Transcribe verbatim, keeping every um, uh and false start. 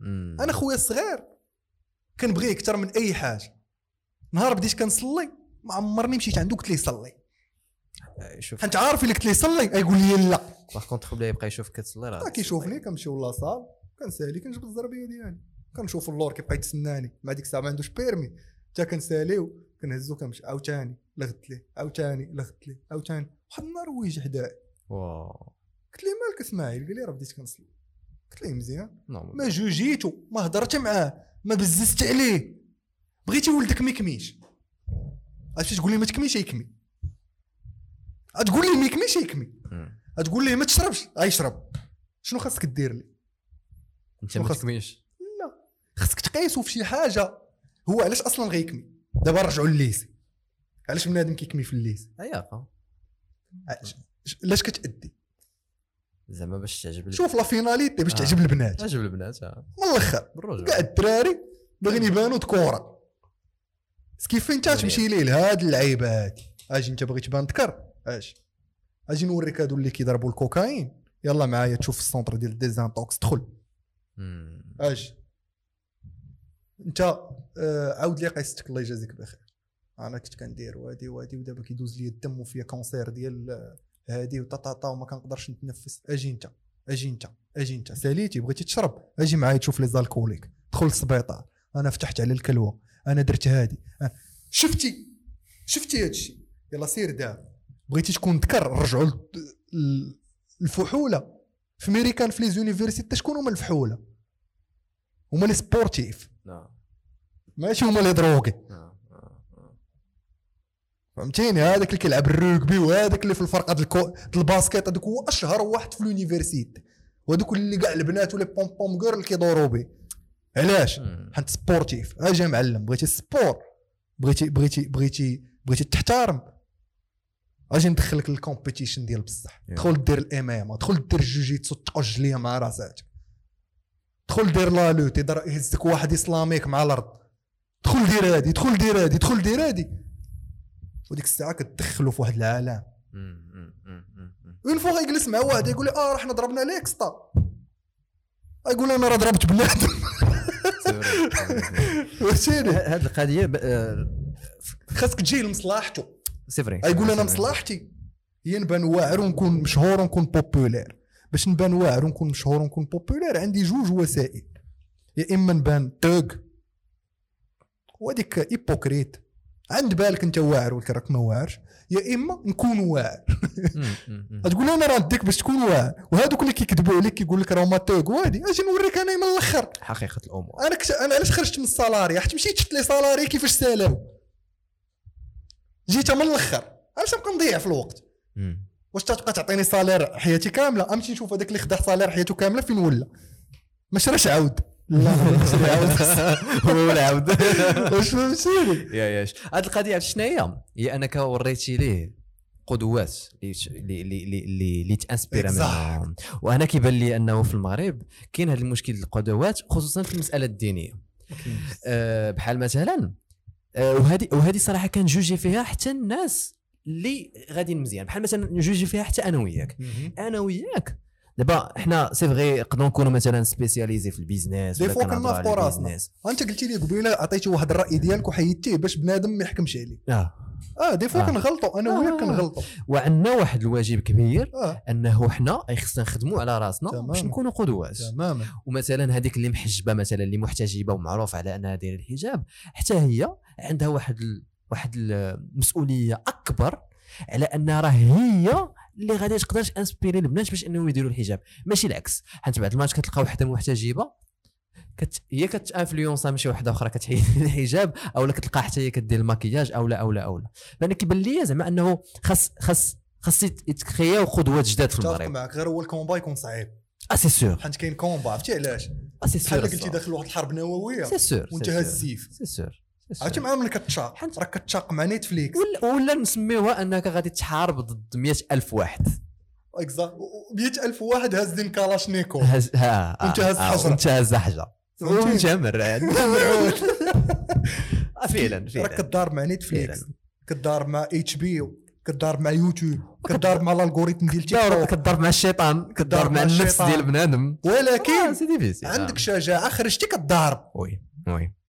انا خويا الصغير كنبغيه اكثر من اي حاجه. نهار بديت كنصلي ما عمرني مشيت عنده قلت ليه صلي. شوف انت عارف اللي قلت ليه صلي يقول لي لا. باغ كونطخ بلا يبقى يشوفك كتصلي راه كيشوفني كنمشيو لاصال كنسالي كنجبد الزربيه ديالي كنشوف اللور كيبقى يتسناني مع ديك الساعه ما عندوش بيرمي حتى كنساليو كنهزو كنمشي عاوتاني لغت ليه عاوتاني لغت ليه عاوتاني واحد النهار ويجي حدايا واو قلت ليه مالك اسماعيل قال لي راه بديت كنصلي. قلت ليه مزيان نورمال ما جوجيتو ما هضرت معاه ما بززت عليه. بغيتي ولدك ما يكميش اش تقول لي ما تكميش يكمي تقول لي ما يكميش يكمي تقول لي ما تشربش غيشرب. شنو خاصك دير لي انت ما تكميش؟ لا خاصك تقيسو في شي حاجه. هو علاش اصلا غيكمي دابا نرجعوا للليسي علاش بنادم كيكمي في الليسي ايوا علاش كتأدي زعما باش تعجب لك شوف لا فيناليتي باش تعجب البنات تعجب البنات اه من الاخر كاع الدراري باغيين يبانوا ذكوره كيف انت تمشي ليه لهاد اللعيبه هادي اجي انت بغيت تبان ذكر اش اجي نوريك هادو اللي كيضربوا الكوكايين يلا معايا تشوف السونتر ديال ديزانتوكس دخل اجي انت آه عاود لي قيستك الله يجازيك بخير. انا كنت كندير وادي وادي ودابا كيدوز لي الدم وفيا كونسير ديال هادي وطاطا وما كنقدرش نتنفس. اجي انت اجي انت اجي انت ساليتي بغيتي تشرب اجي معايا تشوف لي زالكوليك دخل للسبيطار انا فتحت على الكلوه انا درت هادي شفتي شفتي هادشي يلا سير دابا بغيتي تكون ذكر رجعوا الفحوله في امريكان في لي زونيفرسيتي شكون هما الفحوله؟ هما لي سبورتيف ماشي هما لي دروغي فهمتيني. هذاك اللي كيلعب الرugby وهذاك اللي في الفرقه ديال الكو... الباسكيت هذاك هو اشهر واحد في لونيفرسيتي وهذوك اللي كاع البنات ولا بوم بوم غيرل كيدوروا به. علاش؟ حيت سبورتيف اجا معلم بغيتي السبور بغيتي بغيتي بغيتي بغيتي تحترم اجي ندخلك للكومبيتيشن ديال بصح. دخل دير الام ام دخل دير الجوجيتسو تقج ليا مع راساتك دخل دير لا لوت يهزك واحد اسلاميك مع الارض دخل دير هادي دخل دير هادي دخل دير هادي وديك الساعه كتدخلوا في واحد العالم. اون فوا غيجلس مع واحد يقول لي اه رحنا ضربنا ليكستا يقول انا راه ضربت بنادم. فهمتيني هاد القضيه خاصك تجي لمصلحته سي فري يقول انا مصلحتي هي نبان واعر ونكون مشهور ونكون بوبولير. باش نبان واعر ونكون مشهور ونكون بوبولير عندي جوج وسائل يا اما نبان توغ وديك ايبوكريت عند بالك انت واعر ولكن ما واعرش يا اما نكون واعر. تقول انا راه نديك باش تكون واعر وهذوك اللي كيكذبوا عليك كيقول لك راه ما توغ وادي اجي نوريك انا من الاخر حقيقه الامور. انا كت... انا علاش خرجت من السالاري حيت مشيت شفت لي سالاري كيفاش سالاو جيت من الاخر علاش نبقى نضيع في الوقت. واش تبقى تعطيني صالير حياتي كامله امشي نشوف هذاك اللي خدا صالير حياته كامله فين ولا ما شراش عاود لا هو العبد واش فهمتيني يا ياش. هاد القضيه عرفت شنو هي هي انك وريتي ليه قدوات اللي اللي اللي اللي تانسبير منهم. وانا كيبان لي انه في المغرب كاين هذا المشكل ديال القدوات خصوصا في المساله الدينيه أه بحال مثلا أه وهذه وهذه صراحه كان جوجي فيها حتى الناس اللي غاديين مزيان بحال مثلا جوجي فيها حتى انا وياك انا وياك دابا حنا سي فغي نقدروا نكونوا مثلا سبيسياليزي في البيزنس ولا كنهضروا على البيزنس. انت قلتي لي قبيله عطيتي واحد الراي ديالك وحيدتيه باش بنادم ما يحكمش عليه. اه اه دي فوا كنغلطوا انا وياك كنغلطوا وعندنا واحد الواجب كبير آه. انه حنا خصنا نخدموا على راسنا باش نكونوا قدوات تماما. ومثلا هذيك اللي محجبه مثلا اللي محتجبه ومعروف على انها دايره الحجاب حتى هي عندها واحد ال... واحد المسؤوليه اكبر على ان راه هي اللي غادي تقدر تانسبيري البنات باش انهم يديروا الحجاب ماشي العكس. حيت بعد المرات كتلقى وحده محتجبه كت هي كتانفلونسا ماشي وحده اخرى كتحيد الحجاب او لا كتلقى حتى هي كدير الماكياج او لا او لا او لا. فانا كيبان لي زعما انه خاص خاص خاص يتكرياو قدوات جداد في المغرب. معك غير هو الكومبا يكون صعيب اه سي سور حيت كاين كومبا عرفتي علاش سي سور بحال قلتي داخل واحد الحرب نوويه سي سور وانت هاز السيف سي سور عرفتي مع ملي كتشاق راك كتشاق مع نيتفليكس ولا, ولا نسميوها انك غادي تحارب ضد مئة ألف واحد اكزا مئة ألف واحد هازين كالاشنيكوف هز... ها وانت هاز حجر وانت هاز حجر وانت مرعد فعلا فعلا راك كتضارب مع نيتفليكس كتضارب مع اتش بي كتضارب مع يوتيوب كتضارب مع الالغوريثم ديال تيك كتضارب توك كتضارب مع الشيطان كتضارب مع مع النفس الشيطان. ديال بنادم ولكن آه، سي ديفيسيل عندك شجاعه خرجتي كتضارب وي وي